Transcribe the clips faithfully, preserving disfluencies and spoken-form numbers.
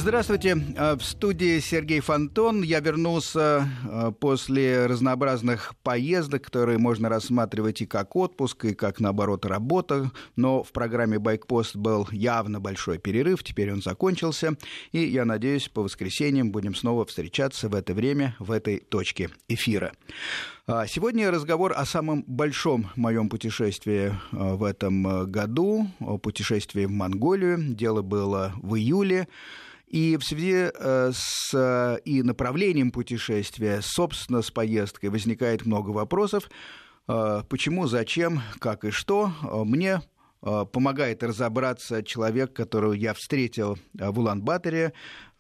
Здравствуйте. В студии Сергей Фонтон. Я вернулся после разнообразных поездок, которые можно рассматривать и как отпуск, и как, наоборот, работа. Но в программе «Байкпост» был явно большой перерыв. Теперь он закончился. И, я надеюсь, по воскресеньям будем снова встречаться в это время, в этой точке эфира. Сегодня разговор о самом большом моем путешествии в этом году, о путешествии в Монголию. Дело было в июле. И в связи с и направлением путешествия, собственно, с поездкой возникает много вопросов. Почему, зачем, как и что. Мне помогает разобраться человек, которого я встретил в Улан-Баторе.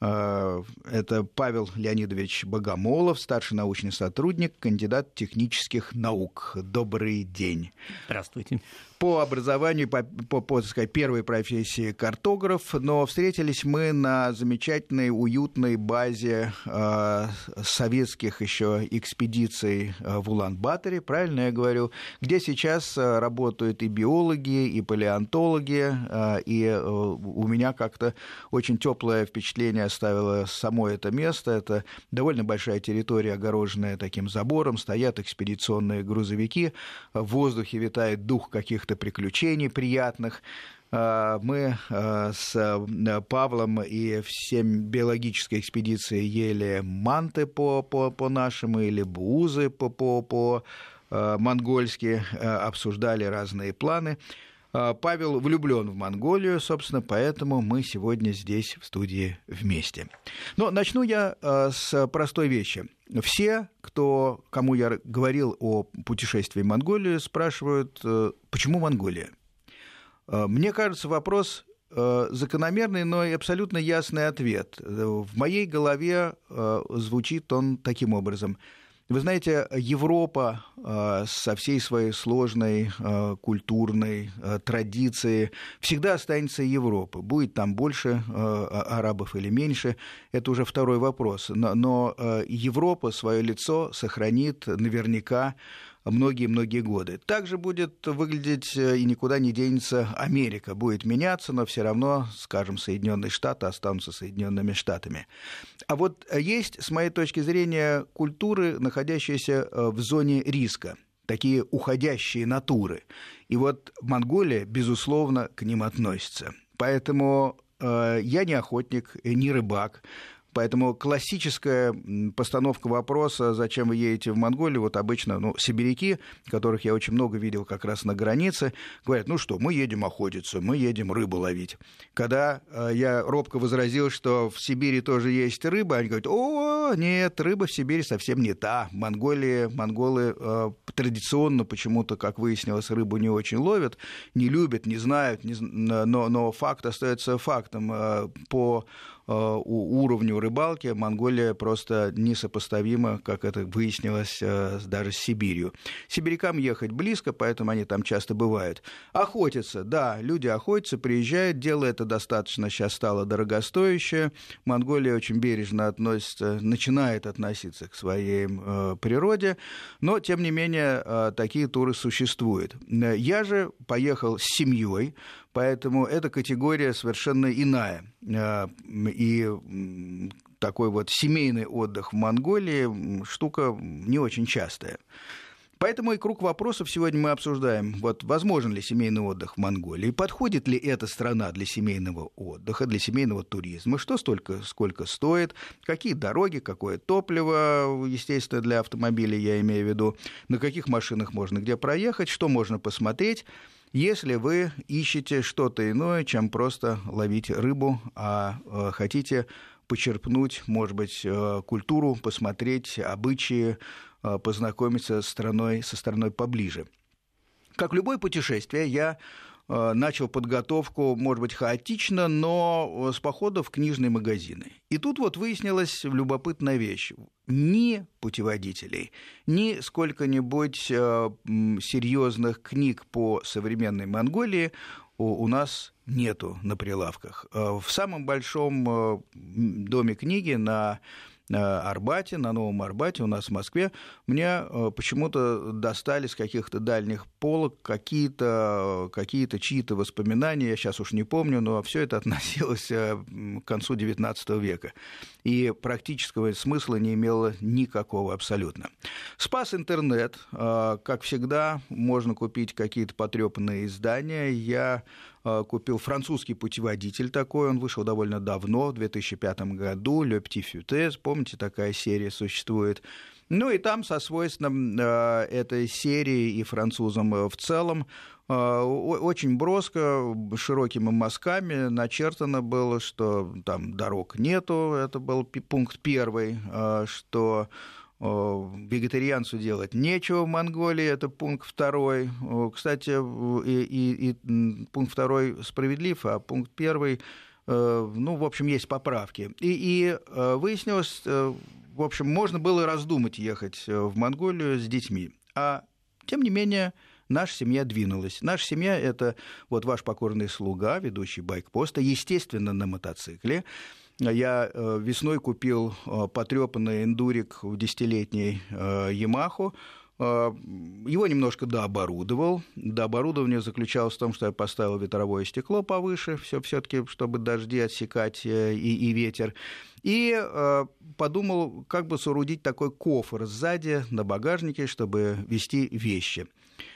Это Павел Леонидович Богомолов, старший научный сотрудник, кандидат технических наук. Добрый день. Здравствуйте. По образованию, по, по, по так сказать, первой профессии картограф, но встретились мы на замечательной, уютной базе э, советских еще экспедиций э, в Улан-Баторе, правильно я говорю, где сейчас э, работают и биологи, и палеонтологи, э, и э, у меня как-то очень теплое впечатление оставило само это место. Это довольно большая территория, огороженная таким забором, стоят экспедиционные грузовики, в воздухе витает дух каких-то приключений приятных. Мы с Павлом и всем биологической экспедицией ели манты по, по, по нашему или буузы по, по, по монгольски, обсуждали разные планы. Павел влюблен в Монголию, собственно, поэтому мы сегодня здесь в студии вместе. Но начну я с простой вещи. Все, кто, кому я говорил о путешествии в Монголию, спрашивают, почему Монголия? Мне кажется, вопрос закономерный, но и абсолютно ясный ответ. В моей голове звучит он таким образом. Вы знаете, Европа со всей своей сложной культурной традицией всегда останется Европой. Будет там больше арабов или меньше, это уже второй вопрос. Но Европа свое лицо сохранит наверняка многие-многие годы. Также будет выглядеть и никуда не денется Америка. Будет меняться, но все равно, скажем, Соединенные Штаты останутся Соединенными Штатами. А вот есть, с моей точки зрения, культуры, находящиеся в зоне риска, такие уходящие натуры. И вот Монголия, безусловно, к ним относится. Поэтому э, я не охотник, не рыбак. Поэтому классическая постановка вопроса, зачем вы едете в Монголию, вот обычно, ну, сибиряки, которых я очень много видел как раз на границе, говорят, ну что, мы едем охотиться, мы едем рыбу ловить. Когда э, я робко возразил, что в Сибири тоже есть рыба, они говорят, о, нет, рыба в Сибири совсем не та. В Монголии, монголы э, традиционно почему-то, как выяснилось, рыбу не очень ловят, не любят, не знают, не, но, но факт остается фактом. Э, по уровню рыбалки Монголия просто несопоставима, как это выяснилось, даже с Сибирью. Сибирякам ехать близко, поэтому они там часто бывают. Охотятся, да, люди охотятся, приезжают, дело это достаточно сейчас стало дорогостоящее. Монголия очень бережно относится, начинает относиться к своей э, природе, но, тем не менее, э, такие туры существуют. Я же поехал с семьей, поэтому эта категория совершенно иная. И такой вот семейный отдых в Монголии штука не очень частая. Поэтому и круг вопросов сегодня мы обсуждаем. Вот возможен ли семейный отдых в Монголии? Подходит ли эта страна для семейного отдыха, для семейного туризма? Что столько, сколько стоит? Какие дороги, какое топливо, естественно, для автомобилей я имею в виду? На каких машинах можно где проехать? Что можно посмотреть? Если вы ищете что-то иное, чем просто ловить рыбу, а э, хотите почерпнуть, может быть, э, культуру, посмотреть обычаи, э, познакомиться с страной, со страной поближе. Как любое путешествие, я э, начал подготовку, может быть, хаотично, но с похода в книжные магазины. И тут вот выяснилась любопытная вещь. Ни путеводителей, ни сколько-нибудь э, серьезных книг по современной Монголии у, у нас нету на прилавках. В самом большом доме книги на Арбате, на Новом Арбате, у нас в Москве, мне почему-то достали с каких-то дальних полок какие-то, какие-то чьи-то воспоминания, я сейчас уж не помню, но все это относилось к концу девятнадцатого века. И практического смысла не имело никакого абсолютно. Спас интернет. Как всегда, можно купить какие-то потрепанные издания. Я купил французский путеводитель такой, он вышел довольно давно, в две тысячи пятом году, «Le Petit Feuilleté», помните, такая серия существует. Ну и там со свойственным э, этой серии и французам в целом э, очень броско, широкими мазками начертано было, что там дорог нету, это был пункт первый, э, что вегетарианцу делать нечего в Монголии, это пункт второй. Кстати, и, и, и пункт второй справедлив, а пункт первый, ну, в общем, есть поправки. И, и выяснилось, в общем, можно было раздумать ехать в Монголию с детьми. А, тем не менее, наша семья двинулась. Наша семья – это вот ваш покорный слуга, ведущий байкпоста, естественно, на мотоцикле. Я весной купил потрепанный эндурик десятилетний Ямаху. Его немножко дооборудовал. Дооборудование заключалось в том, что я поставил ветровое стекло повыше, все-таки, чтобы дожди отсекать и, и ветер. И подумал, как бы соорудить такой кофр сзади на багажнике, чтобы везти вещи.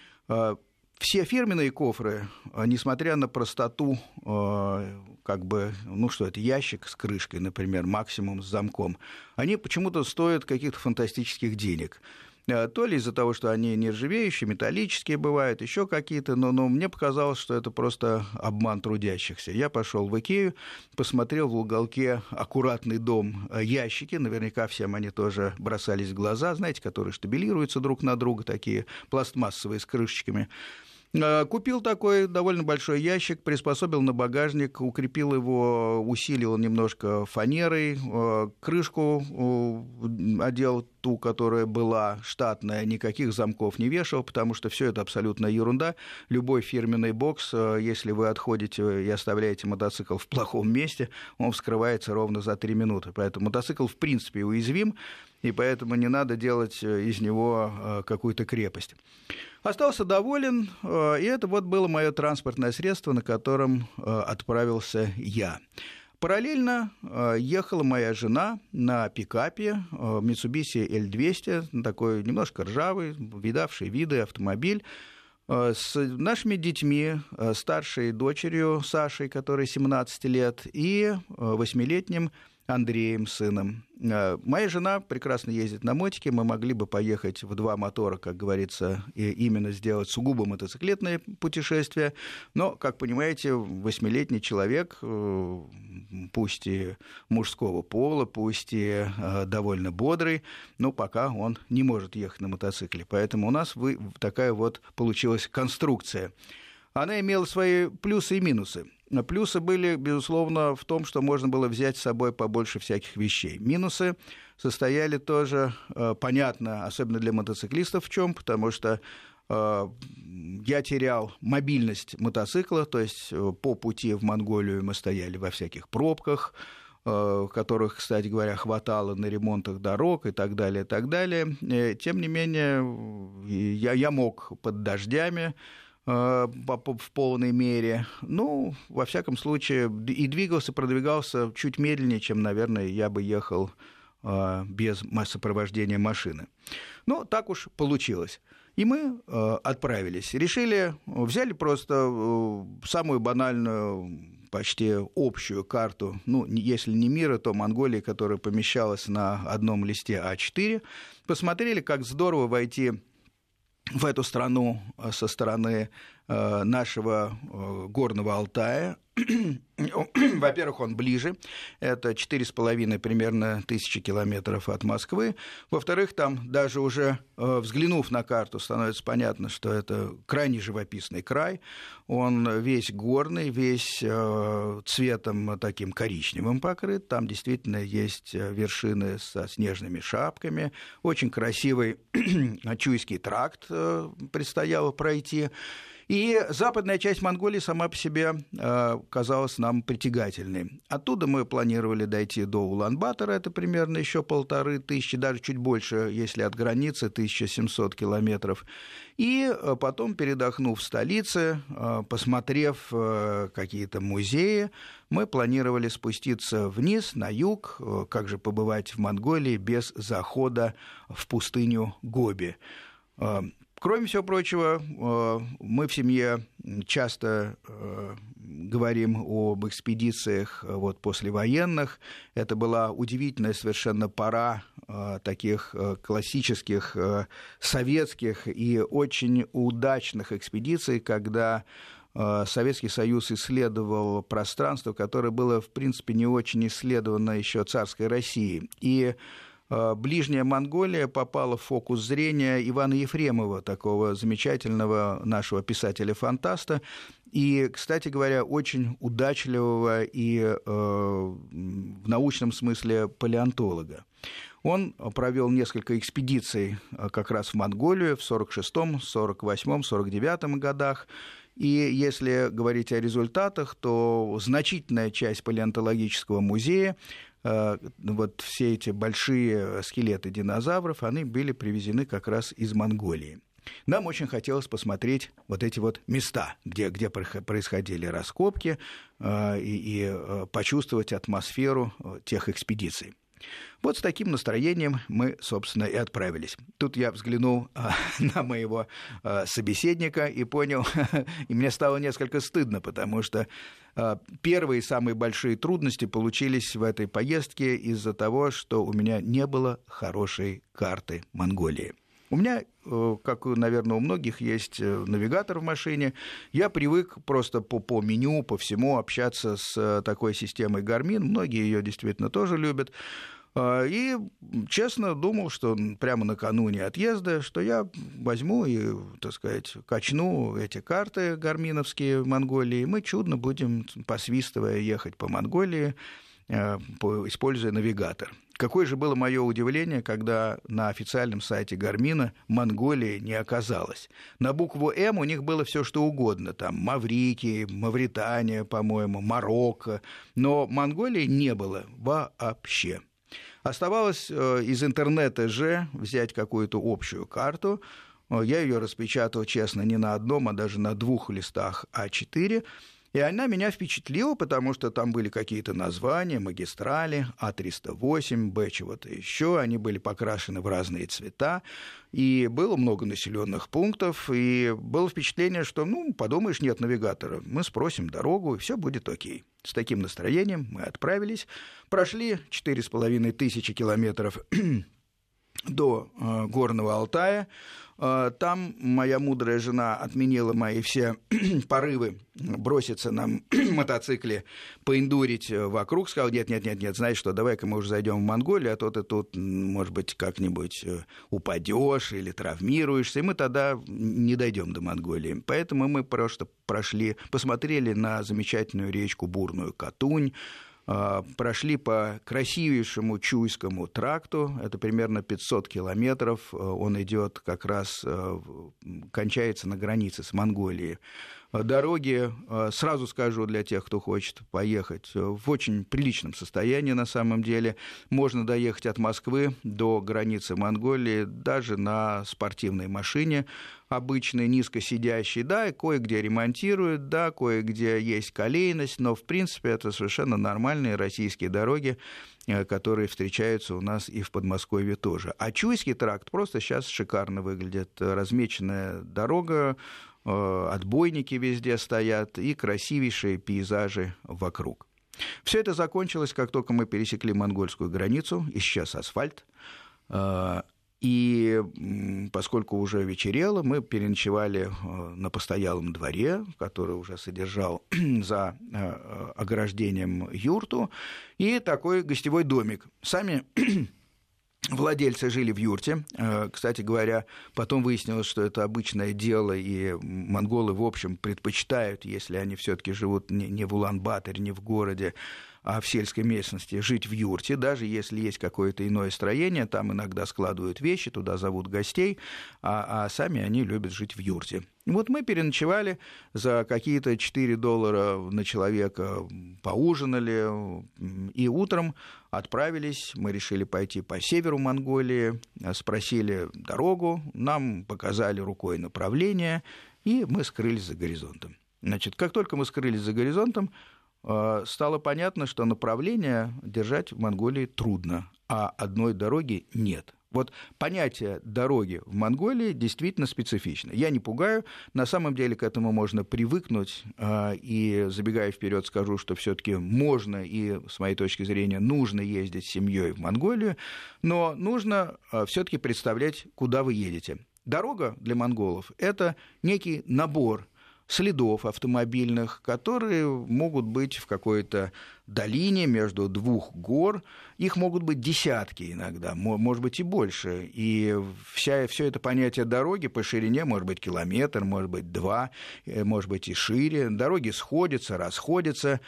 Все фирменные кофры, несмотря на простоту, как бы, ну что это, ящик с крышкой, например, максимум с замком, они почему-то стоят каких-то фантастических денег. То ли из-за того, что они нержавеющие, металлические бывают, еще какие-то, но, но мне показалось, что это просто обман трудящихся. Я пошел в Икею, посмотрел в уголке аккуратный дом ящики, наверняка всем они тоже бросались в глаза, знаете, которые штабелируются друг на друга, такие пластмассовые с крышечками. Купил такой довольно большой ящик, приспособил на багажник, укрепил его, усилил немножко фанерой, крышку одел ту, которая была штатная, никаких замков не вешал, потому что все это абсолютно ерунда. Любой фирменный бокс, если вы отходите и оставляете мотоцикл в плохом месте, он вскрывается ровно за три минуты. Поэтому мотоцикл в принципе уязвим, и поэтому не надо делать из него какую-то крепость. Остался доволен, и это вот было мое транспортное средство, на котором отправился я. Параллельно ехала моя жена на пикапе Mitsubishi эл двести, такой немножко ржавый, видавший виды автомобиль, с нашими детьми, старшей дочерью Сашей, которой семнадцать лет, и восьмилетним Андреем, сыном. Моя жена прекрасно ездит на мотике, мы могли бы поехать в два мотора, как говорится, и именно сделать сугубо мотоциклетное путешествие, но, как понимаете, восьмилетний человек, пусть и мужского пола, пусть и довольно бодрый, но пока он не может ехать на мотоцикле, поэтому у нас такая вот получилась конструкция. Она имела свои плюсы и минусы. Плюсы были, безусловно, в том, что можно было взять с собой побольше всяких вещей. Минусы состояли тоже, понятно, особенно для мотоциклистов в чем, потому что я терял мобильность мотоцикла, то есть по пути в Монголию мы стояли во всяких пробках, которых, кстати говоря, хватало на ремонтах дорог и так далее, и так далее. Тем не менее, я, я мог под дождями в полной мере. Ну, во всяком случае, и двигался, продвигался чуть медленнее, чем, наверное, я бы ехал без сопровождения машины. Но так уж получилось. И мы отправились. Решили, взяли просто самую банальную, почти общую карту, ну, если не мира, то Монголии, которая помещалась на одном листе а четыре. Посмотрели, как здорово войти в эту страну со стороны нашего горного Алтая. Во-первых, он ближе, это четыре с половиной примерно тысячи километров от Москвы. Во-вторых, там даже уже взглянув на карту, становится понятно, что это крайне живописный край. Он весь горный, весь цветом таким коричневым покрыт. Там действительно есть вершины со снежными шапками. Очень красивый Чуйский тракт предстояло пройти. И западная часть Монголии сама по себе э, казалась нам притягательной. Оттуда мы планировали дойти до Улан-Батора, это примерно еще полторы тысячи, даже чуть больше, если от границы, тысяча семьсот километров. И э, потом, передохнув в столице, э, посмотрев э, какие-то музеи, мы планировали спуститься вниз, на юг, э, как же побывать в Монголии без захода в пустыню Гоби. Э, Кроме всего прочего, мы в семье часто говорим об экспедициях вот, послевоенных. Это была удивительная совершенно пора таких классических советских и очень удачных экспедиций, когда Советский Союз исследовал пространство, которое было, в принципе, не очень исследовано еще царской Россией. И Ближняя Монголия попала в фокус зрения Ивана Ефремова, такого замечательного нашего писателя-фантаста, и, кстати говоря, очень удачливого и э, в научном смысле палеонтолога. Он провел несколько экспедиций как раз в Монголию в сорок шестом, сорок восьмом, сорок девятом годах. И если говорить о результатах, то значительная часть палеонтологического музея, вот все эти большие скелеты динозавров, они были привезены как раз из Монголии. Нам очень хотелось посмотреть вот эти вот места, где, где происходили раскопки, и, и почувствовать атмосферу тех экспедиций. Вот с таким настроением мы, собственно, и отправились. Тут я взглянул на моего собеседника и понял, и мне стало несколько стыдно, потому что первые самые большие трудности получились в этой поездке из-за того, что у меня не было хорошей карты Монголии. У меня, как, наверное, у многих, есть навигатор в машине. Я привык просто по, по меню, по всему общаться с такой системой Garmin. Многие ее действительно тоже любят. И, честно, думал, что прямо накануне отъезда, что я возьму и, так сказать, качну эти карты гарминовские в Монголии, и мы чудно будем, посвистывая, ехать по Монголии, используя навигатор. Какое же было мое удивление, когда на официальном сайте Гармина Монголии не оказалось. На букву «М» у них было все что угодно, там Маврикия, Мавритания, по-моему, Марокко, но Монголии не было вообще. Оставалось из интернета же взять какую-то общую карту. Я ее распечатал, честно, не на одном, а даже на двух листах а четыре. И она меня впечатлила, потому что там были какие-то названия, магистрали, а триста восемь, Б чего-то еще. Они были покрашены в разные цвета. И было много населенных пунктов. И было впечатление, что, ну, подумаешь, нет навигатора. Мы спросим дорогу, и все будет окей. С таким настроением мы отправились. Прошли четыре с половиной тысячи километров до э, Горного Алтая. Э, там моя мудрая жена отменила мои все порывы броситься на мотоцикле, поиндурить вокруг. Сказала, нет-нет-нет, знаешь что, давай-ка мы уже зайдем в Монголию, а то ты тут, может быть, как-нибудь упадешь или травмируешься, и мы тогда не дойдем до Монголии. Поэтому мы просто прошли, посмотрели на замечательную речку Бурную Катунь, прошли по красивейшему Чуйскому тракту, это примерно пятьсот километров, он идет как раз, кончается на границе с Монголией. Дороги, сразу скажу для тех, кто хочет поехать, в очень приличном состоянии на самом деле. Можно доехать от Москвы до границы Монголии даже на спортивной машине, обычной, низкосидящей. Да, кое-где ремонтируют, да, кое-где есть колейность, но в принципе это совершенно нормальные российские дороги, которые встречаются у нас и в Подмосковье тоже. А Чуйский тракт просто сейчас шикарно выглядит. Размеченная дорога, отбойники везде стоят и красивейшие пейзажи вокруг. Все это закончилось, как только мы пересекли монгольскую границу, исчез асфальт. И поскольку уже вечерело, мы переночевали на постоялом дворе, который уже содержал за ограждением юрту, и такой гостевой домик. Сами владельцы жили в юрте. Кстати говоря, потом выяснилось, что это обычное дело, и монголы, в общем, предпочитают, если они все-таки живут не в Улан-Баторе, не в городе, а в сельской местности жить в юрте, даже если есть какое-то иное строение, там иногда складывают вещи, туда зовут гостей, а, а сами они любят жить в юрте. И вот мы переночевали за какие-то четыре доллара на человека, поужинали, и утром отправились, мы решили пойти по северу Монголии, спросили дорогу, нам показали рукой направление, и мы скрылись за горизонтом. Значит, как только мы скрылись за горизонтом, стало понятно, что направление держать в Монголии трудно, а одной дороги нет. Вот понятие дороги в Монголии действительно специфично. Я не пугаю, на самом деле к этому можно привыкнуть, и, забегая вперед, скажу, что все-таки можно и, с моей точки зрения, нужно ездить с семьей в Монголию, но нужно все-таки представлять, куда вы едете. Дорога для монголов – это некий набор следов автомобильных, которые могут быть в какой-то долине между двух гор. Их могут быть десятки иногда, может быть и больше. И вся, все это понятие дороги по ширине может быть километр, может быть два, может быть и шире. Дороги сходятся, расходятся.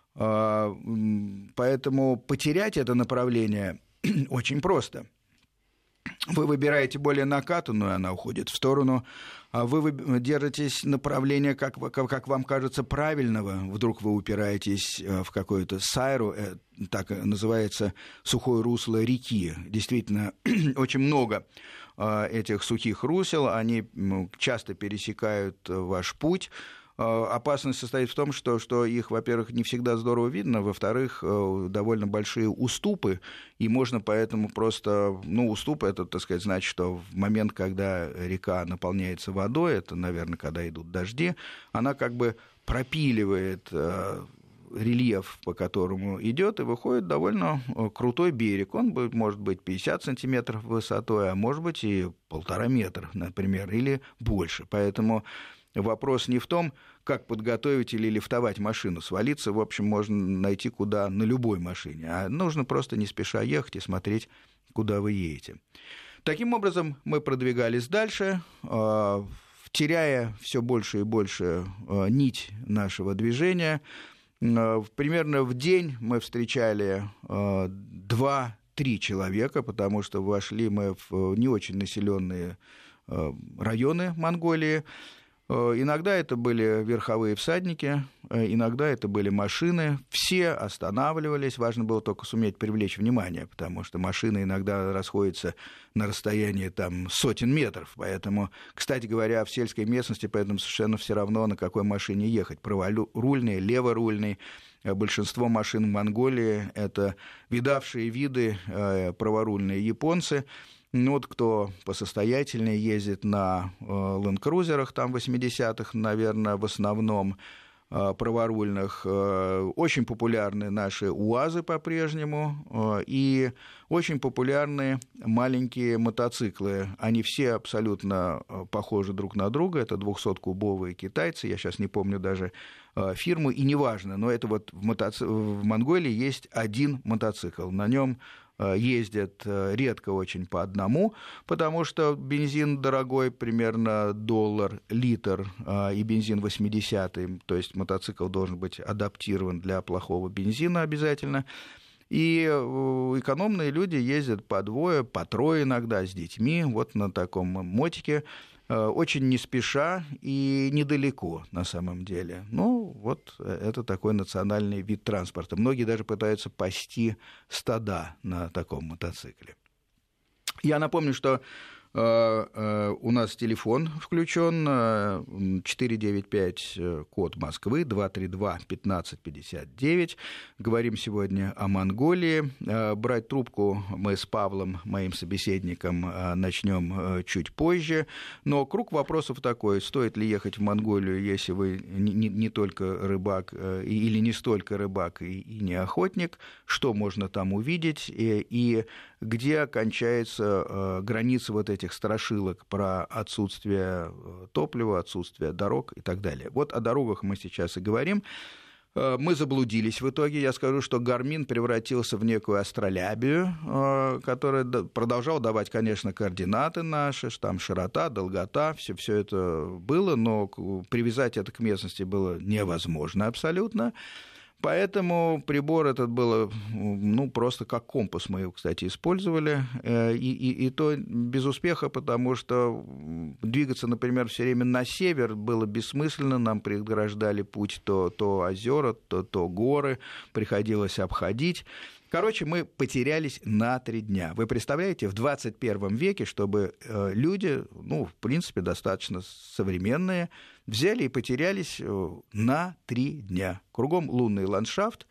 Поэтому потерять это направление очень просто. Вы выбираете более накатанную, она уходит в сторону, а вы держитесь направления, как, как вам кажется, правильного. Вдруг вы упираетесь в какое-то сайру, так называется сухое русло реки. Действительно, очень много этих сухих русел, они часто пересекают ваш путь. Опасность состоит в том, что, что их, во-первых, не всегда здорово видно, во-вторых, довольно большие уступы, и можно поэтому просто, ну, уступы, это, так сказать, значит, что в момент, когда река наполняется водой, это, наверное, когда идут дожди, она как бы пропиливает рельеф, по которому идет, и выходит довольно крутой берег. Он может быть пятьдесят сантиметров высотой, а может быть и полтора метра, например, или больше. Поэтому вопрос не в том, как подготовить или лифтовать машину. Свалиться, в общем, можно найти куда на любой машине. А нужно просто не спеша ехать и смотреть, куда вы едете. Таким образом, мы продвигались дальше, теряя все больше и больше нить нашего движения. Примерно в день мы встречали два-три человека, потому что вошли мы в не очень населенные районы Монголии. Иногда это были верховые всадники, иногда это были машины. Все останавливались, важно было только суметь привлечь внимание, потому что машины иногда расходятся на расстоянии там, сотен метров. Поэтому, кстати говоря, в сельской местности поэтому совершенно все равно, на какой машине ехать. Праворульный, леворульный. Большинство машин в Монголии – это видавшие виды праворульные японцы. Ну, вот кто посостоятельнее ездит на ленд-крузерах, там восьмидесятых, наверное, в основном праворульных. Очень популярны наши УАЗы по-прежнему и очень популярны маленькие мотоциклы. Они все абсолютно похожи друг на друга. Это двухсоткубовые китайцы, я сейчас не помню даже фирму, и неважно, но это вот в, мотоци... в Монголии есть один мотоцикл. На нем ездят редко очень по одному, потому что бензин дорогой, примерно доллар литр, и бензин восьмидесятый, то есть мотоцикл должен быть адаптирован для плохого бензина обязательно. И экономные люди ездят по двое, по трое иногда с детьми, вот на таком мотике, очень не спеша и недалеко на самом деле. Ну, вот это такой национальный вид транспорта. Многие даже пытаются пасти стада на таком мотоцикле. Я напомню, что у нас телефон включен четыре девять пять, код Москвы, два три два пятнадцать пятьдесят девять. Говорим сегодня о Монголии. Брать трубку мы с Павлом, моим собеседником, начнем чуть позже. Но круг вопросов такой: стоит ли ехать в Монголию, если вы не, не только рыбак или не столько рыбак и, и не охотник? Что можно там увидеть? И, и где кончается граница вот этих страшилок про отсутствие топлива, отсутствие дорог и так далее. Вот о дорогах мы сейчас и говорим. Мы заблудились в итоге. Я скажу, что Гармин превратился в некую астролябию, которая продолжала давать, конечно, координаты наши, там широта, долгота, все, все это было, но привязать это к местности было невозможно абсолютно. Поэтому прибор этот был, ну, просто как компас мы его, кстати, использовали, и, и, и то без успеха, потому что двигаться, например, все время на север было бессмысленно, нам преграждали путь то, то озера, то, то горы, приходилось обходить. Короче, мы потерялись на три дня. Вы представляете, в двадцать первом веке, чтобы люди, ну, в принципе, достаточно современные, взяли и потерялись на три дня. Кругом лунный ландшафт.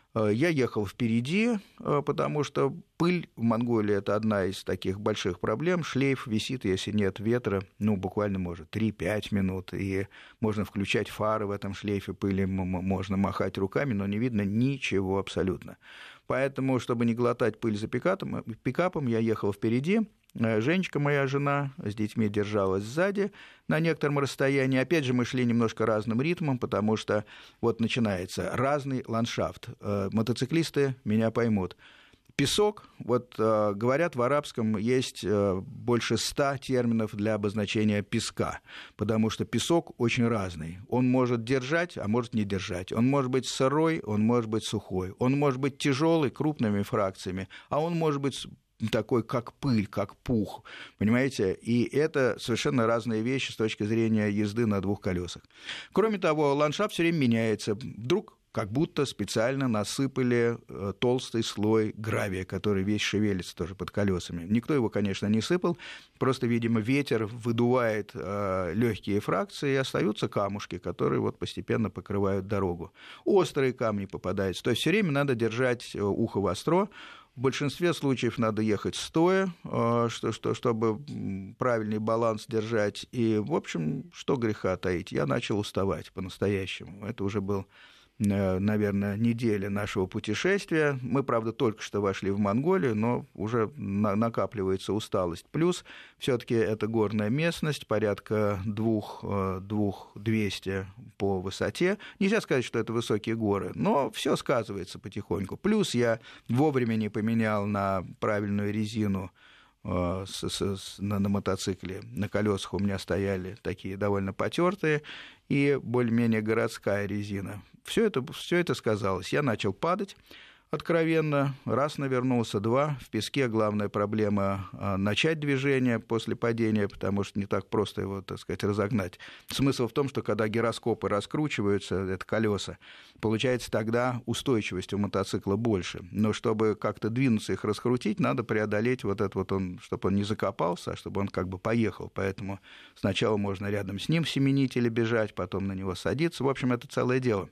Я ехал впереди, потому что пыль в Монголии – это одна из таких больших проблем. Шлейф висит, если нет ветра, ну, буквально, может, три-пять минут, и можно включать фары в этом шлейфе пыли, можно махать руками, но не видно ничего абсолютно. Поэтому, чтобы не глотать пыль за пикапом, пикапом я ехал впереди. Женечка, моя жена, с детьми держалась сзади на некотором расстоянии. Опять же, мы шли немножко разным ритмом, потому что вот начинается разный ландшафт. Мотоциклисты меня поймут. Песок, вот говорят, в арабском есть больше ста терминов для обозначения песка, потому что песок очень разный. Он может держать, а может не держать. Он может быть сырой, он может быть сухой. Он может быть тяжелый, крупными фракциями, а он может быть такой, как пыль, как пух, понимаете? И это совершенно разные вещи с точки зрения езды на двух колесах. Кроме того, ландшафт все время меняется. Вдруг как будто специально насыпали толстый слой гравия, который весь шевелится тоже под колесами. Никто его, конечно, не сыпал, просто, видимо, ветер выдувает легкие фракции, и остаются камушки, которые вот постепенно покрывают дорогу. Острые камни попадаются, то есть все время надо держать ухо востро. В большинстве случаев надо ехать стоя, что, что, чтобы правильный баланс держать. И, в общем, что греха таить, я начал уставать по-настоящему. Это уже был, наверное, неделя нашего путешествия. Мы, правда, только что вошли в Монголию, но уже накапливается усталость. Плюс все-таки это горная местность, порядка двух двести по высоте. Нельзя сказать, что это высокие горы, но все сказывается потихоньку. Плюс я вовремя не поменял на правильную резину С, с, на, на мотоцикле, на колесах у меня стояли такие довольно потертые, и более-менее городская резина. Все это, все это сказалось. Я начал падать откровенно, раз навернулся, два. В песке главная проблема — начать движение после падения, потому что не так просто его, так сказать, разогнать. Смысл в том, что когда гироскопы раскручиваются, это колеса, получается тогда устойчивость у мотоцикла больше. Но чтобы как-то двинуться, их раскрутить, надо преодолеть вот это вот, он, чтобы он не закопался, а чтобы он как бы поехал. Поэтому сначала можно рядом с ним семенить или бежать, потом на него садиться. В общем, это целое дело.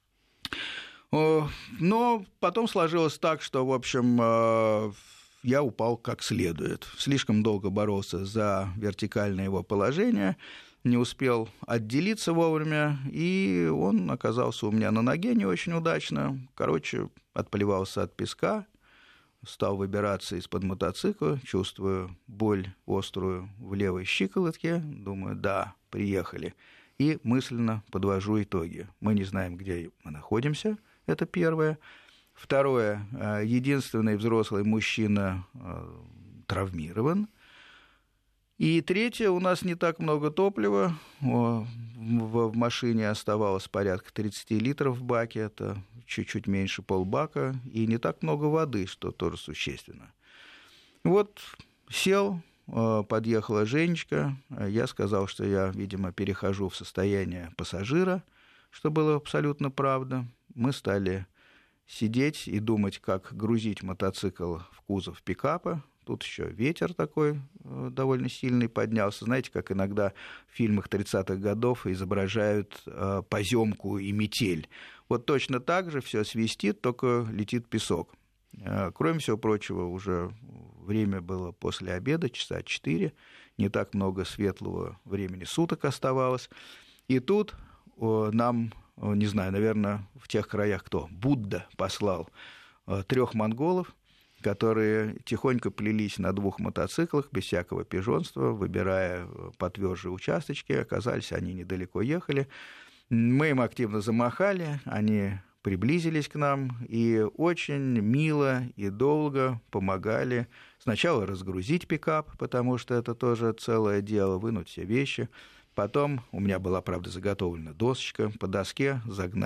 Но потом сложилось так, что, в общем, я упал как следует. Слишком долго боролся за вертикальное его положение, не успел отделиться вовремя, и он оказался у меня на ноге не очень удачно. Короче, отплевался от песка, стал выбираться из-под мотоцикла, чувствую боль острую в левой щиколотке, думаю, да, приехали. И мысленно подвожу итоги. Мы не знаем, где мы находимся. Это первое. Второе. Единственный взрослый мужчина травмирован. И третье. У нас не так много топлива. В машине оставалось порядка тридцать литров в баке. Это чуть-чуть меньше полбака. И не так много воды, что тоже существенно. Вот сел, подъехала Женечка. Я сказал, что я, видимо, перехожу в состояние пассажира, что было абсолютно правда. Мы стали сидеть и думать, как грузить мотоцикл в кузов пикапа. Тут еще ветер такой довольно сильный поднялся. Знаете, как иногда в фильмах тридцатых годов изображают поземку и метель. Вот точно так же все свистит, только летит песок. Кроме всего прочего, уже время было после обеда, часа четыре. Не так много светлого времени суток оставалось. И тут нам... не знаю, наверное, в тех краях кто? Будда послал трех монголов, которые тихонько плелись на двух мотоциклах, без всякого пижонства, выбирая потверже участочки. Оказались, они недалеко ехали. Мы им активно замахали, они приблизились к нам и очень мило и долго помогали сначала разгрузить пикап, потому что это тоже целое дело, вынуть все вещи. Потом у меня была, правда, заготовлена досочка, по доске загнать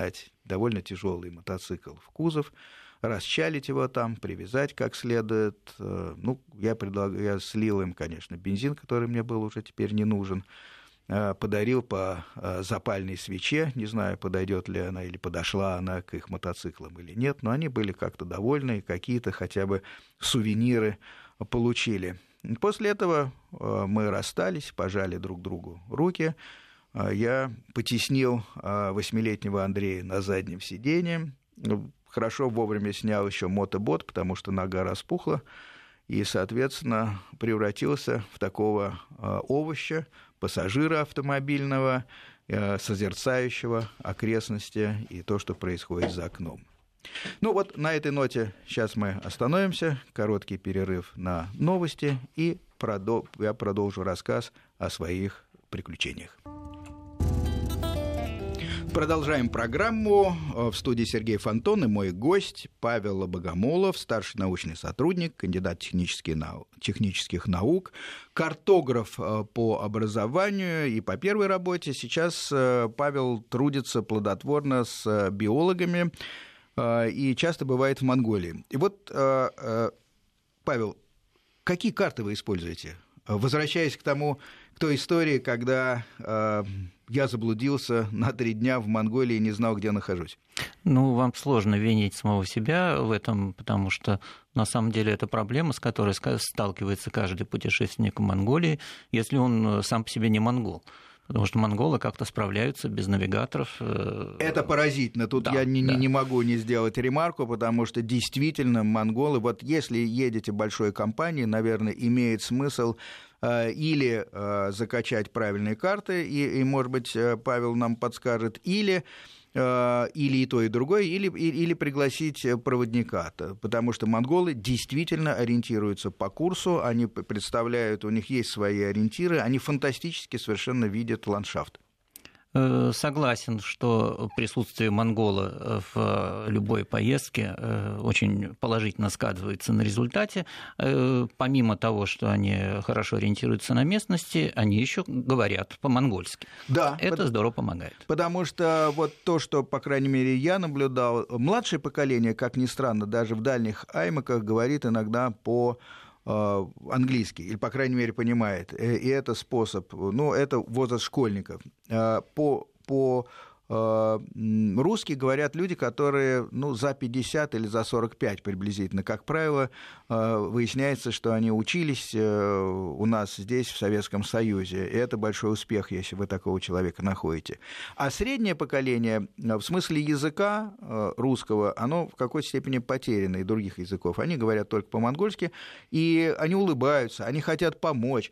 довольно тяжелый мотоцикл в кузов, расчалить его там, привязать как следует. Ну, я, предлаг... я слил им, конечно, бензин, который мне был уже теперь не нужен, подарил по запальной свече, не знаю, подойдет ли она или подошла она к их мотоциклам или нет, но они были как-то довольны, какие-то хотя бы сувениры получили. После этого мы расстались, пожали друг другу руки. Я потеснил восьмилетнего Андрея на заднем сиденье. Хорошо вовремя снял еще мотобот, потому что нога распухла, и, соответственно, превратился в такого овоща, пассажира автомобильного, созерцающего окрестности и то, что происходит за окном. Ну вот на этой ноте сейчас мы остановимся, короткий перерыв на новости, и продол- я продолжу рассказ о своих приключениях. Продолжаем программу. В студии Сергей Фонтон и мой гость Павел Богомолов, старший научный сотрудник, кандидат технических наук, технических наук, картограф по образованию и по первой работе. Сейчас Павел трудится плодотворно с биологами и часто бывает в Монголии. И вот, Павел, какие карты вы используете? Возвращаясь к тому, к той истории, когда э, я заблудился на три дня в Монголии и не знал, где нахожусь. Ну, вам сложно винить самого себя в этом, потому что на самом деле это проблема, с которой сталкивается каждый путешественник в Монголии, если он сам по себе не монгол. Потому что монголы как-то справляются без навигаторов. Это поразительно. Тут да, я не, да. не могу не сделать ремарку, потому что действительно монголы, вот если едете большой компанией, наверное, имеет смысл э, или э, закачать правильные карты, и, и, может быть, Павел нам подскажет, или... или и то, и другое, или, или пригласить проводника, потому что монголы действительно ориентируются по курсу, они представляют, у них есть свои ориентиры, они фантастически совершенно видят ландшафт. Согласен, что присутствие монгола в любой поездке очень положительно сказывается на результате. Помимо того, что они хорошо ориентируются на местности, они еще говорят по-монгольски. Да, это потому, здорово помогает. Потому что вот то, что, по крайней мере, я наблюдал, младшее поколение, как ни странно, даже в дальних аймаках говорит иногда по английский, или, по крайней мере, понимает. И это способ, ну, это возраст школьников. По, по русски говорят люди, которые, ну, за пятьдесят или за сорок пять приблизительно. Как правило, выясняется, что они учились у нас здесь, в Советском Союзе. И это большой успех, если вы такого человека находите. А среднее поколение, в смысле языка русского, оно в какой-то степени потеряно и других языков. Они говорят только по-монгольски, и они улыбаются, они хотят помочь.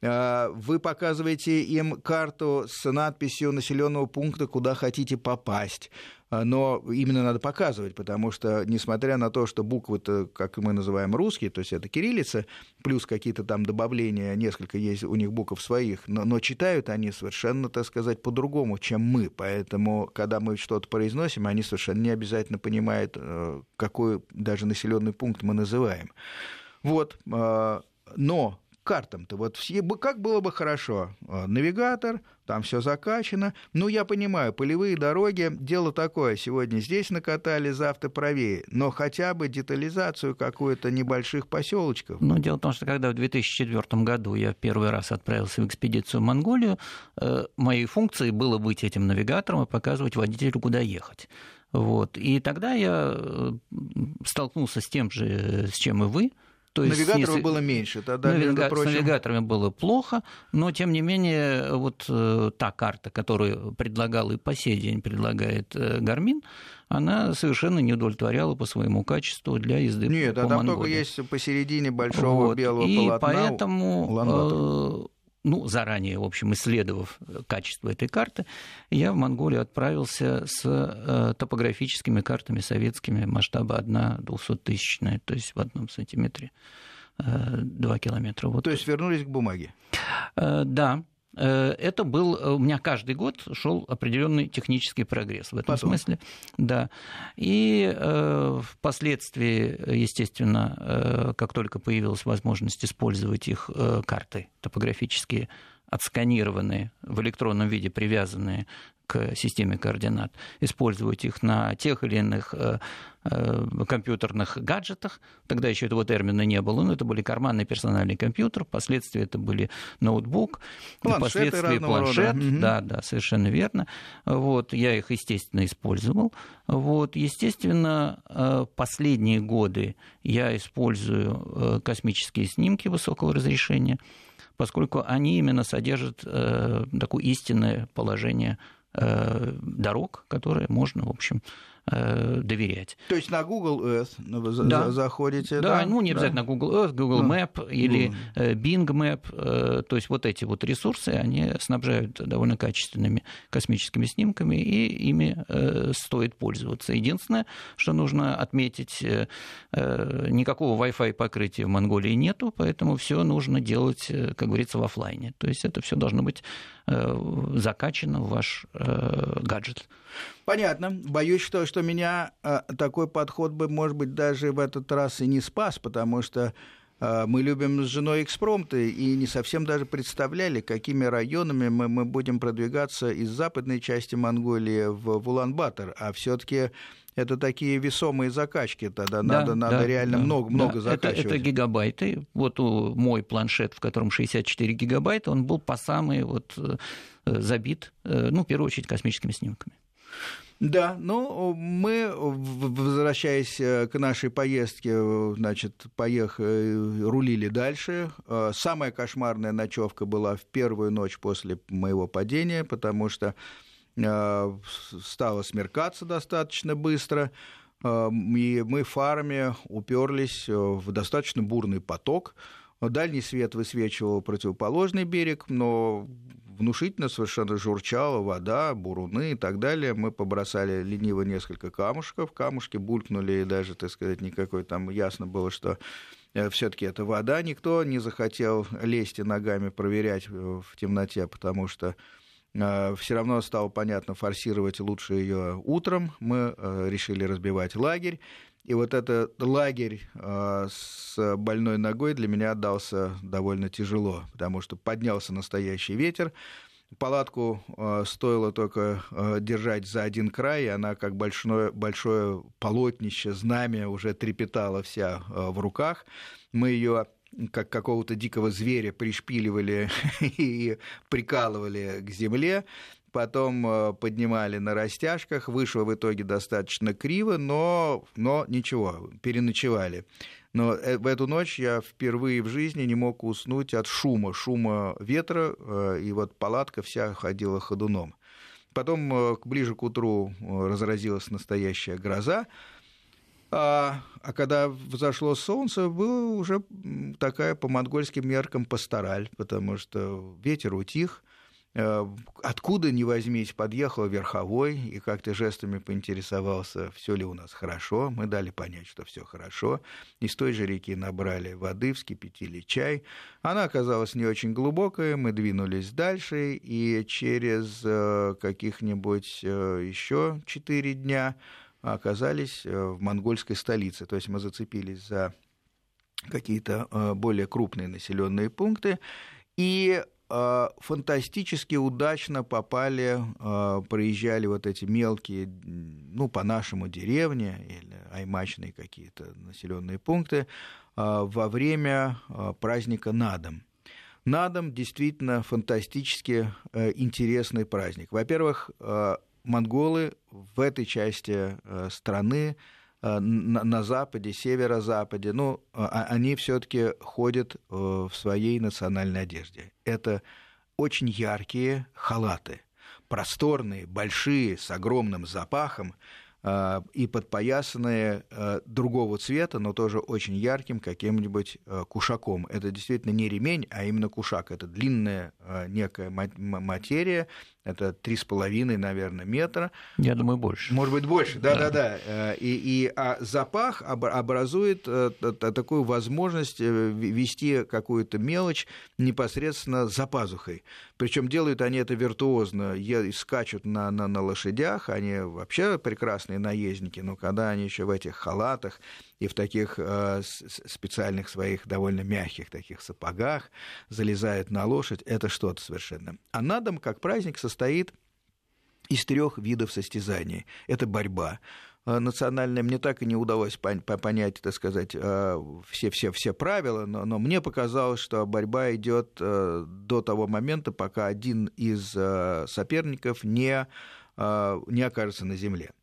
Вы показываете им карту с надписью населенного пункта, куда хотите попасть. Но именно надо показывать, потому что, несмотря на то, что буквы-то, как мы называем, русские, то есть это кириллица, плюс какие-то там добавления, несколько есть у них букв своих, но, но читают они совершенно, так сказать, по-другому, чем мы. Поэтому, когда мы что-то произносим, они совершенно не обязательно понимают, какой даже населенный пункт мы называем. Вот, но... картам-то вот все, как было бы хорошо, навигатор, там все закачано, ну, я понимаю, полевые дороги, дело такое, сегодня здесь накатали, завтра правее, но хотя бы детализацию какую-то небольших поселочков. Ну, дело в том, что когда в две тысячи четвёртом году я первый раз отправился в экспедицию в Монголию, моей функцией было быть этим навигатором и показывать водителю, куда ехать. Вот. И тогда я столкнулся с тем же, с чем и вы. То есть, навигаторов если... было меньше, тогда, Навига... между прочим... С навигаторами было плохо, но, тем не менее, вот та карта, которую предлагал и по сей день предлагает Garmin, она совершенно не удовлетворяла по своему качеству для езды Нет, по а там Монголии. только есть посередине большого вот. белого и полотна. И поэтому... Ну, заранее, в общем, исследовав качество этой карты, я в Монголию отправился с э, топографическими картами советскими масштаба одна двухсоттысячная, то есть в одном сантиметре э, два километра. Вот. То есть вернулись к бумаге? Э, да. Это был, у меня каждый год шел определенный технический прогресс в этом Потом. смысле, да. И э, впоследствии, естественно, э, как только появилась возможность использовать их э, карты топографические, отсканированные, в электронном виде привязанные к системе координат, использовать их на тех или иных компьютерных гаджетах. Тогда еще этого термина не было, но это были карманный персональный компьютер, впоследствии это были ноутбук, планшеты впоследствии планшет. Рода. Да, да, совершенно верно. Вот, я их, естественно, использовал. Вот, естественно, последние годы я использую космические снимки высокого разрешения, поскольку они именно содержат такое истинное положение дорог, которые можно, в общем, доверять. То есть на Google Earth вы да. заходите? Да, да, ну не обязательно да. Google Earth, Google ну, Map или Bing Map. То есть вот эти вот ресурсы, они снабжают довольно качественными космическими снимками, и ими стоит пользоваться. Единственное, что нужно отметить, никакого Wi-Fi покрытия в Монголии нету, поэтому все нужно делать, как говорится, в офлайне. То есть это все должно быть закачано в ваш гаджет. Понятно. Боюсь, что, что меня э, такой подход бы, может быть, даже в этот раз и не спас, потому что э, мы любим с женой экспромты и не совсем даже представляли, какими районами мы, мы будем продвигаться из западной части Монголии в, в Улан-Батор, а все-таки это такие весомые закачки, тогда да, надо, надо да, реально да, много, да. много закачивать. Это, это гигабайты. Вот у, мой планшет, в котором шестьдесят четыре гигабайта, он был по самый вот, забит, ну, в первую очередь, космическими снимками. Да, ну, мы, возвращаясь к нашей поездке, значит, поехали, рулили дальше. Самая кошмарная ночевка была в первую ночь после моего падения, потому что стало смеркаться достаточно быстро, и мы фарами уперлись в достаточно бурный поток. Дальний свет высвечивал противоположный берег, но внушительно совершенно журчала вода, буруны и так далее. Мы побросали лениво несколько камушков, камушки булькнули, и даже, так сказать, никакой там ясно было, что все-таки это вода. Никто не захотел лезть и ногами проверять в темноте, потому что все равно стало понятно, форсировать лучше ее утром. Мы решили разбивать лагерь. И вот этот лагерь с больной ногой для меня отдался довольно тяжело, потому что поднялся настоящий ветер. Палатку стоило только держать за один край, и она как большое, большое полотнище, знамя уже трепетала вся в руках. Мы ее как какого-то дикого зверя пришпиливали и прикалывали к земле. Потом поднимали на растяжках, вышло в итоге достаточно криво, но, но ничего, переночевали. Но в эту ночь я впервые в жизни не мог уснуть от шума, шума ветра, и вот палатка вся ходила ходуном. Потом ближе к утру разразилась настоящая гроза, а, а когда взошло солнце, была уже такая по монгольским меркам пастораль, потому что ветер утих. Откуда ни возьмись, подъехал верховой и как-то жестами поинтересовался, все ли у нас хорошо. Мы дали понять, что все хорошо. Из той же реки набрали воды, вскипятили чай. Она оказалась не очень глубокая, мы двинулись дальше, и через каких-нибудь еще четыре дня оказались в монгольской столице. То есть мы зацепились за какие-то более крупные населенные пункты, и фантастически удачно попали, проезжали вот эти мелкие, ну, по-нашему, деревни или аймачные какие-то населенные пункты во время праздника Надам. Надам действительно фантастически интересный праздник. Во-первых, монголы в этой части страны, на западе, северо-западе, ну, они все-таки ходят в своей национальной одежде. Это очень яркие халаты, просторные, большие, с огромным запахом и подпоясанные другого цвета, но тоже очень ярким каким-нибудь кушаком. Это действительно не ремень, а именно кушак. Это длинная некая материя, это три с половиной, наверное, метра. Я думаю, больше. Может быть, больше, да-да-да. И, и, а запах образует такую возможность вести какую-то мелочь непосредственно за пазухой. Причем делают они это виртуозно, скачут на, на, на лошадях, они вообще прекрасные наездники, но когда они еще в этих халатах и в таких э, специальных своих довольно мягких таких сапогах залезают на лошадь, это что-то совершенно. А Надам, как праздник, состоит из трех видов состязаний. Это борьба национальная. Мне так и не удалось понять, так сказать, все-все-все правила, но, но мне показалось, что борьба идет до того момента, пока один из соперников не, не окажется на земле.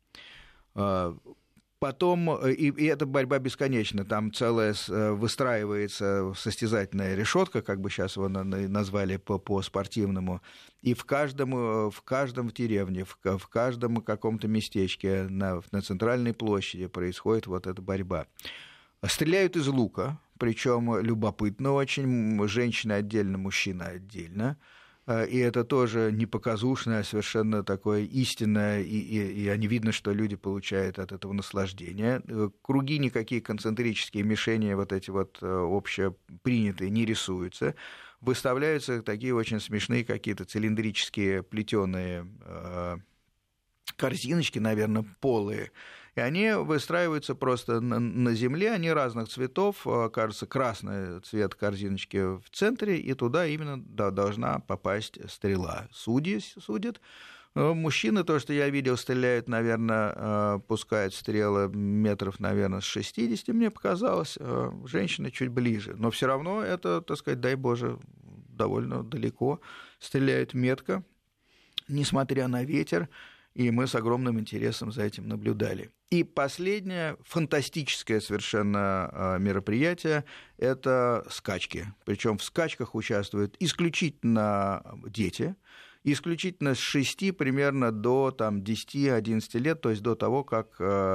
Потом, и, и эта борьба бесконечна, там целая выстраивается состязательная решетка, как бы сейчас его назвали по-спортивному, и в каждом, в каждом в деревне, в, в каждом каком-то местечке на, на центральной площади происходит вот эта борьба. Стреляют из лука, причем любопытно очень, женщины отдельно, мужчина отдельно. И это тоже не показушное, а совершенно такое истинное, и, и, и они видно, что люди получают от этого наслаждение. Круги никакие концентрические мишени, вот эти вот общепринятые, не рисуются. Выставляются такие очень смешные какие-то цилиндрические плетеные корзиночки, наверное, полые. И они выстраиваются просто на, на земле, они разных цветов, кажется, красный цвет корзиночки в центре, и туда именно да, должна попасть стрела. Судьи судят. Мужчины, то, что я видел, стреляют, наверное, пускают стрелы метров, наверное, с шестидесяти, мне показалось, женщины чуть ближе. Но все равно это, так сказать, дай Боже, довольно далеко, стреляют метко, несмотря на ветер. И мы с огромным интересом за этим наблюдали. И последнее, фантастическое совершенно мероприятие, это скачки. Причем в скачках участвуют исключительно дети, исключительно с шести примерно до там, десяти-одиннадцати лет, то есть до того, как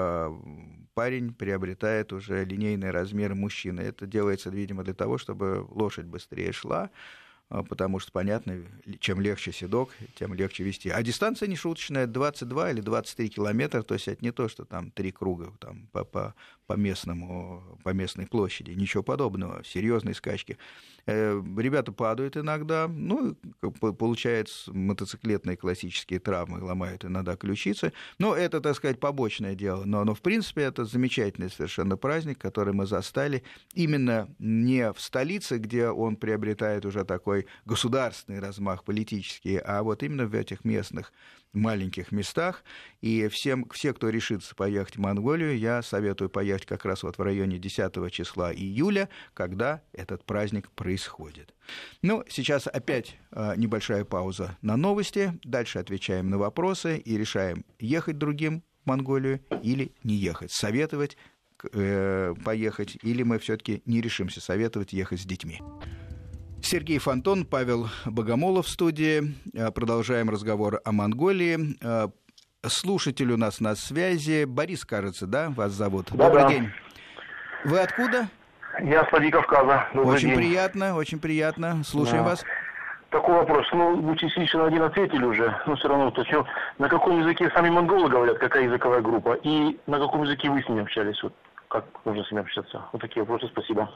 парень приобретает уже линейные размеры мужчины. Это делается, видимо, для того, чтобы лошадь быстрее шла, потому что, понятно, чем легче седок, тем легче вести. А дистанция нешуточная, двадцать два или двадцать три километра, то есть это не то, что там три круга там, по, по, по, местному, по местной площади, ничего подобного, серьезные скачки. Ребята падают иногда, ну, получается мотоциклетные классические травмы, ломают иногда ключицы, но это, так сказать, побочное дело, но, но в принципе это замечательный совершенно праздник, который мы застали именно не в столице, где он приобретает уже такой государственный размах политический, а вот именно в этих местных маленьких местах. И всем, все, кто решится поехать в Монголию, я советую поехать как раз вот в районе десятого числа июля, когда этот праздник происходит. Ну, сейчас опять небольшая пауза на новости. Дальше отвечаем на вопросы и решаем, ехать другим в Монголию или не ехать. Советовать э, поехать, или мы все-таки не решимся советовать ехать с детьми. Сергей Фонтон, Павел Богомолов в студии. Продолжаем разговор о Монголии. Слушатель у нас на связи. Борис, кажется, да, вас зовут? Да, Добрый да. день. Вы откуда? Я с Владикавказа. Добрый Очень день. приятно, очень приятно. Слушаем Да. вас. Такой вопрос. Ну, вы частично на один ответили уже, но все равно уточню. На каком языке сами монголы говорят, какая языковая группа? И на каком языке вы с ними общались? Вот как нужно с ними общаться? Вот такие вопросы, спасибо.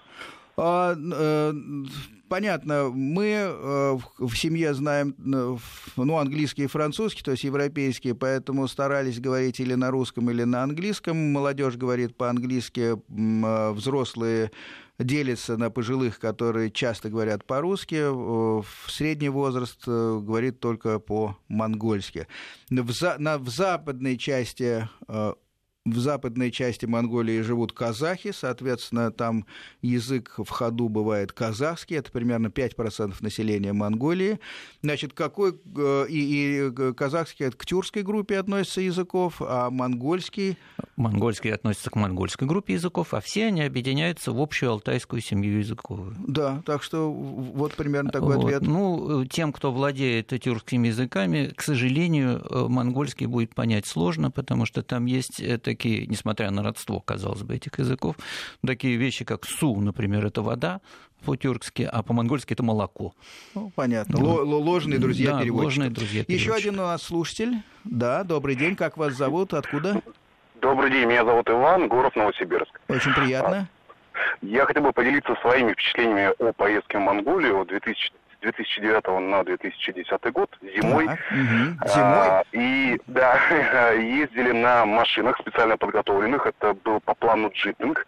А, э, понятно, мы э, в семье знаем ну, английский и французский, то есть европейские, поэтому старались говорить или на русском, или на английском. Молодежь говорит по-английски, э, взрослые делятся на пожилых, которые часто говорят по-русски, э, средний возраст э, говорит только по-монгольски. В, за, на, в западной части э, В западной части Монголии живут казахи, соответственно, там язык в ходу бывает казахский, это примерно пять процентов населения Монголии. Значит, какой и, и казахский к тюркской группе относится языков, а монгольский... Монгольский относится к монгольской группе языков, а все они объединяются в общую алтайскую семью языковую. Да, так что вот примерно такой вот. ответ. Ну, тем, кто владеет тюркскими языками, к сожалению, монгольский будет понять сложно, потому что там есть такие, несмотря на родство, казалось бы, этих языков, такие вещи, как су, например, это вода по-тюркски, а по-монгольски это молоко. Ну, понятно. Л- ложные друзья-переводчики. Да, ложные друзья-переводчики. Еще один у нас слушатель. Да, добрый день. Как вас зовут? Откуда? Добрый день, меня зовут Иван, город Новосибирск. Очень приятно. Я хотел бы поделиться своими впечатлениями о поездке в Монголию две тысячи, с две тысячи девятого на две тысячи десятый год, зимой. Так, угу. Зимой? А, и, да, ездили на машинах специально подготовленных, это был по плану джипинг.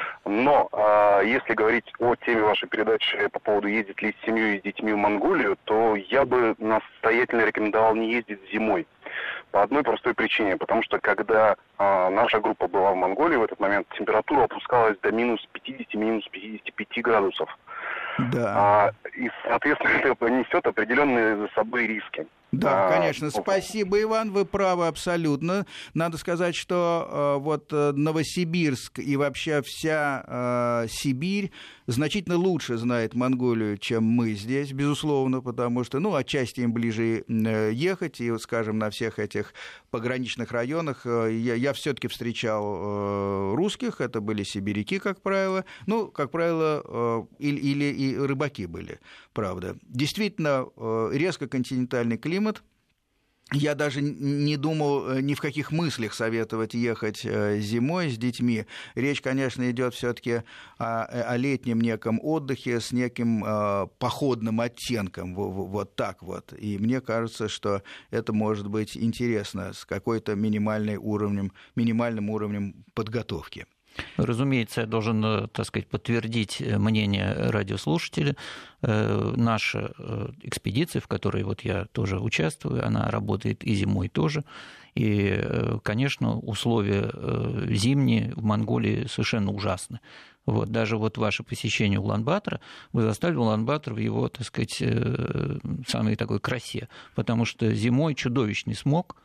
Но а, если говорить о теме вашей передачи по поводу ездить ли с семьей и с детьми в Монголию, то я бы настоятельно рекомендовал не ездить зимой. По одной простой причине, потому что когда а, наша группа была в Монголии, в этот момент температура опускалась до минус пятьдесят, минус пятьдесят пять градусов. Да. А, и, соответственно, это несет определенные за собой риски. Да, а, конечно. Спасибо, Иван, вы правы абсолютно. Надо сказать, что э, вот Новосибирск и вообще вся э, Сибирь значительно лучше знает Монголию, чем мы здесь, безусловно, потому что, ну, отчасти им ближе э, ехать, и, вот, скажем, на всех этих пограничных районах э, я, я все-таки встречал э, русских, это были сибиряки, как правило, ну, как правило, э, или, или и рыбаки были, правда. Действительно, э, резко континентальный климат. Я даже не думал ни в каких мыслях советовать ехать зимой с детьми. Речь, конечно, идет все-таки о, о летнем неком отдыхе с неким э, походным оттенком, вот так вот. И мне кажется, что это может быть интересно с какой-то минимальным уровнем, минимальным уровнем подготовки. Разумеется, я должен, так сказать, подтвердить мнение радиослушателя. Наша экспедиция, в которой вот я тоже участвую, она работает и зимой тоже. И, конечно, условия зимние в Монголии совершенно ужасны. Вот, даже вот ваше посещение Улан-Батора, вы застали Улан-Батор в его, так сказать, самой такой красе, потому что зимой чудовищный смог,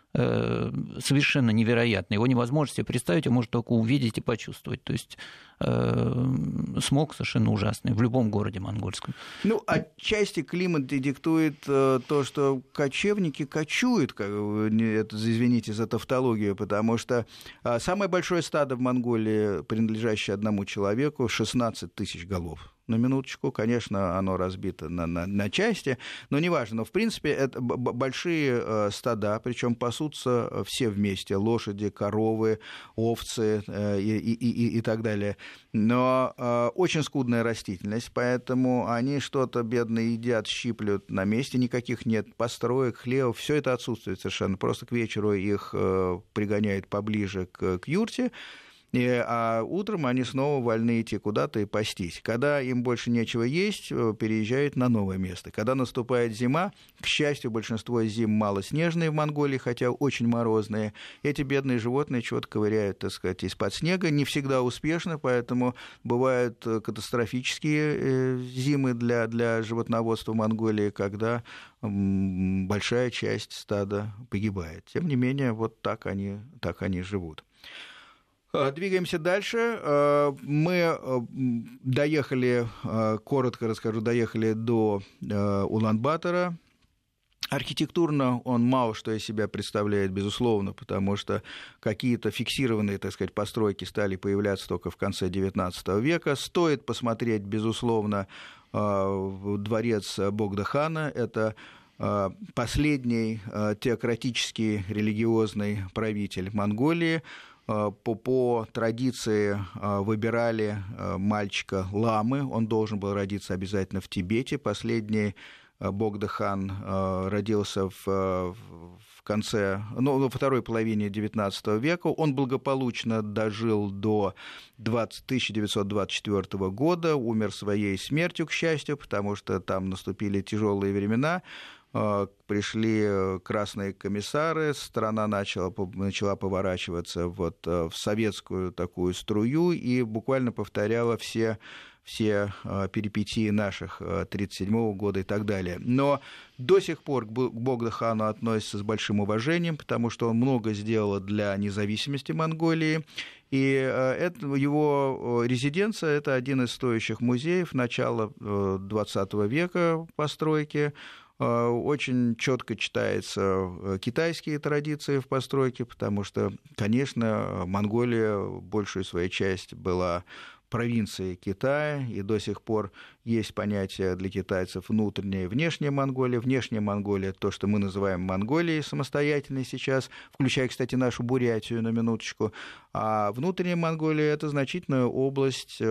совершенно невероятно. Его невозможно себе представить, его можно только увидеть и почувствовать. То есть э, смог совершенно ужасный в любом городе монгольском. Ну, отчасти климат диктует э, то, что кочевники кочуют, как, это, извините за тавтологию, потому что э, самое большое стадо в Монголии, принадлежащее одному человеку, шестнадцать тысяч голов. На минуточку, конечно, оно разбито на, на, на части, но неважно. Но, в принципе, это большие э, стада, причем пасутся все вместе, лошади, коровы, овцы э, и, и, и, и так далее. Но э, очень скудная растительность, поэтому они что-то бедные едят, щиплют на месте, никаких нет построек, хлевов, все это отсутствует совершенно. Просто к вечеру их э, пригоняют поближе к, к юрте, И, а утром они снова вольны идти куда-то и пастись. Когда им больше нечего есть, переезжают на новое место. Когда наступает зима, к счастью, большинство зим малоснежные в Монголии, хотя очень морозные, эти бедные животные чего-то ковыряют, так сказать, из-под снега, не всегда успешно, поэтому бывают катастрофические зимы для, для животноводства Монголии, когда большая часть стада погибает. Тем не менее, вот так они, так они живут. Двигаемся дальше. Мы доехали, коротко расскажу, доехали до Улан-Батора. Архитектурно он мало что из себя представляет, безусловно, потому что какие-то фиксированные, так сказать, постройки стали появляться только в конце девятнадцатого века. Стоит посмотреть, безусловно, дворец Богда-хана. Это последний теократический религиозный правитель Монголии. По, по традиции выбирали мальчика ламы, он должен был родиться обязательно в Тибете. Последний Богда-хан родился в, в конце, ну, во второй половине девятнадцатого века. Он благополучно дожил до тысяча девятьсот двадцать четвёртого года, умер своей смертью, к счастью, потому что там наступили тяжелые времена. Пришли красные комиссары, страна начала, начала поворачиваться вот в советскую такую струю и буквально повторяла все, все перипетии наших тридцать седьмого года и так далее. Но до сих пор к Богда-хану относятся с большим уважением, потому что он много сделал для независимости Монголии. И это, его резиденция – это один из стоящих музеев начала двадцатого века постройки. Очень четко читаются китайские традиции в постройке, потому что, конечно, Монголия большую свою часть была провинцией Китая, и до сих пор есть понятие для китайцев внутренняя и внешняя Монголия. Внешняя Монголия – то, что мы называем Монголией самостоятельной сейчас, включая, кстати, нашу Бурятию на минуточку. А внутренняя Монголия – это значительная область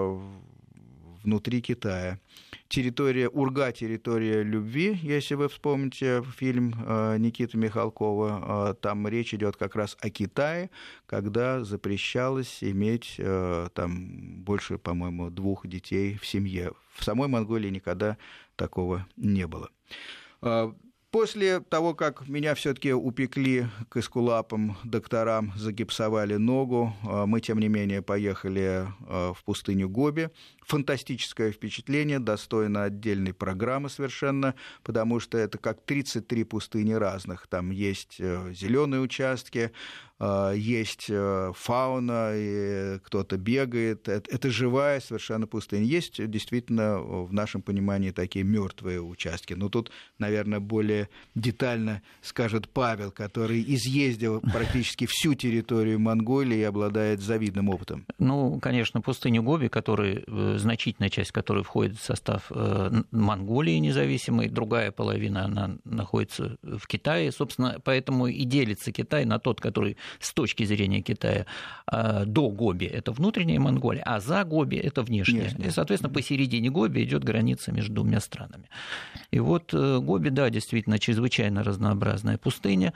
внутри Китая. Территория Урга, территория любви, если вы вспомните фильм Никиты Михалкова, там речь идет как раз о Китае, когда запрещалось иметь там больше, по-моему, двух детей в семье. В самой Монголии никогда такого не было. После того, как меня все-таки упекли к эскулапам докторам, загипсовали ногу, мы, тем не менее, поехали в пустыню Гоби. Фантастическое впечатление, достойно отдельной программы совершенно, потому что это как тридцать три пустыни разных. Там есть зеленые участки, есть фауна, и кто-то бегает. Это живая совершенно пустыня. Есть действительно в нашем понимании такие мертвые участки. Но тут, наверное, более детально скажет Павел, который изъездил практически всю территорию Монголии и обладает завидным опытом. Ну, конечно, пустыня Гоби, который, значительная часть которой входит в состав Монголии независимой, другая половина она находится в Китае. Собственно, поэтому и делится Китай на тот, который с точки зрения Китая до Гоби это внутренняя Монголия, а за Гоби это внешняя. Внешняя. И, соответственно, посередине Гоби идет граница между двумя странами. И вот Гоби, да, действительно чрезвычайно разнообразная пустыня.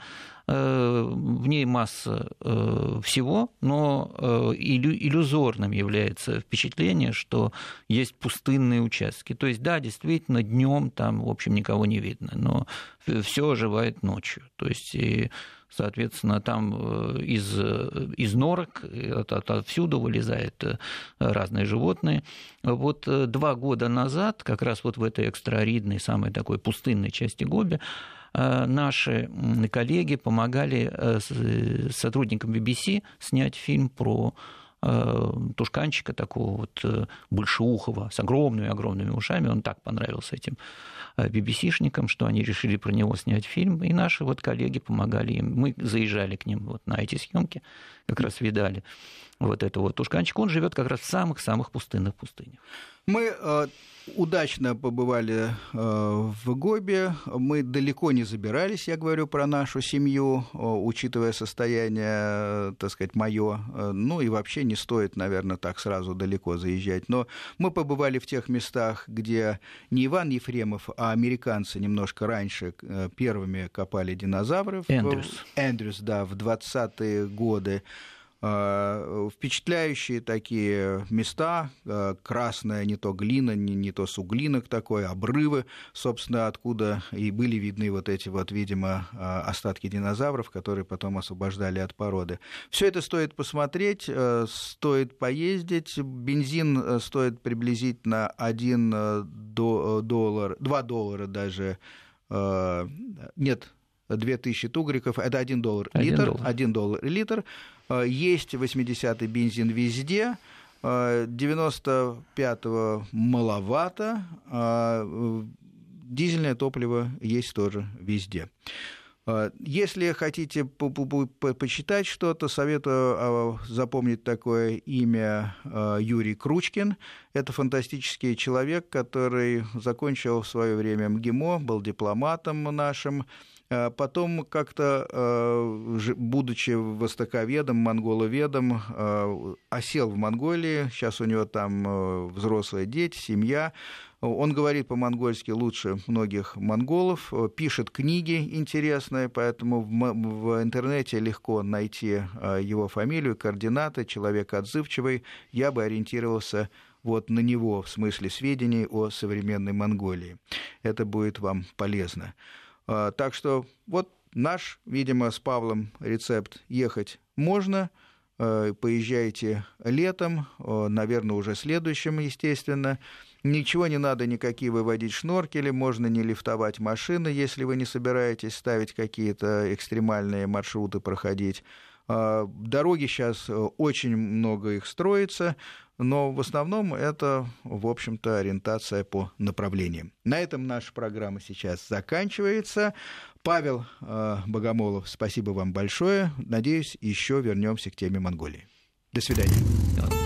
В ней масса всего, но иллюзорным является впечатление, что есть пустынные участки. То есть, да, действительно, днем там, в общем, никого не видно, но все оживает ночью. То есть, и, соответственно, там из, из норок от, отовсюду вылезают разные животные. Вот два года назад, как раз вот в этой экстраоридной, самой такой пустынной части Гоби, наши коллеги помогали сотрудникам би би си снять фильм про тушканчика такого вот большеухого, с огромными-огромными ушами. Он так понравился этим би би си-шникам, что они решили про него снять фильм, и наши вот коллеги помогали им. Мы заезжали к ним вот на эти съемки, как раз видали вот этого вот тушканчика. Он живет как раз в самых-самых пустынных пустынях. Мы э, удачно побывали э, в Гоби, мы далеко не забирались, я говорю про нашу семью, э, учитывая состояние, э, так сказать, мое, э, ну и вообще не стоит, наверное, так сразу далеко заезжать, но мы побывали в тех местах, где не Иван Ефремов, а американцы немножко раньше э, первыми копали динозавров. Эндрюс. Эндрюс, да, в двадцатые годы. Впечатляющие такие места, красная не то глина, не, не то суглинок такой, обрывы, собственно, откуда и были видны вот эти вот, видимо, остатки динозавров, которые потом освобождали от породы. Все это стоит посмотреть, стоит поездить. Бензин стоит приблизительно один доллар, два доллара даже, нет, две тысячи тугриков, это один доллар литр, один доллар литр. Есть восьмидесятый бензин везде, девяносто пятого маловато, дизельное топливо есть тоже везде. Если хотите почитать что-то, советую запомнить такое имя Юрий Кручкин. Это фантастический человек, который закончил в свое время МГИМО, был дипломатом нашим. Потом как-то, будучи востоковедом, монголоведом, осел в Монголии. Сейчас у него там взрослые дети, семья. Он говорит по-монгольски лучше многих монголов, пишет книги интересные, поэтому в интернете легко найти его фамилию, координаты, человек отзывчивый. Я бы ориентировался вот на него в смысле сведений о современной Монголии. Это будет вам полезно. Так что вот наш, видимо, с Павлом рецепт ехать можно. Поезжайте летом, наверное, уже следующим, естественно. Ничего не надо, никакие выводить шноркели, можно не лифтовать машины, если вы не собираетесь ставить какие-то экстремальные маршруты, проходить. Дороги сейчас очень много их строится, но в основном это, в общем-то, ориентация по направлениям. На этом наша программа сейчас заканчивается. Павел Богомолов, спасибо вам большое. Надеюсь, еще вернемся к теме Монголии. До свидания.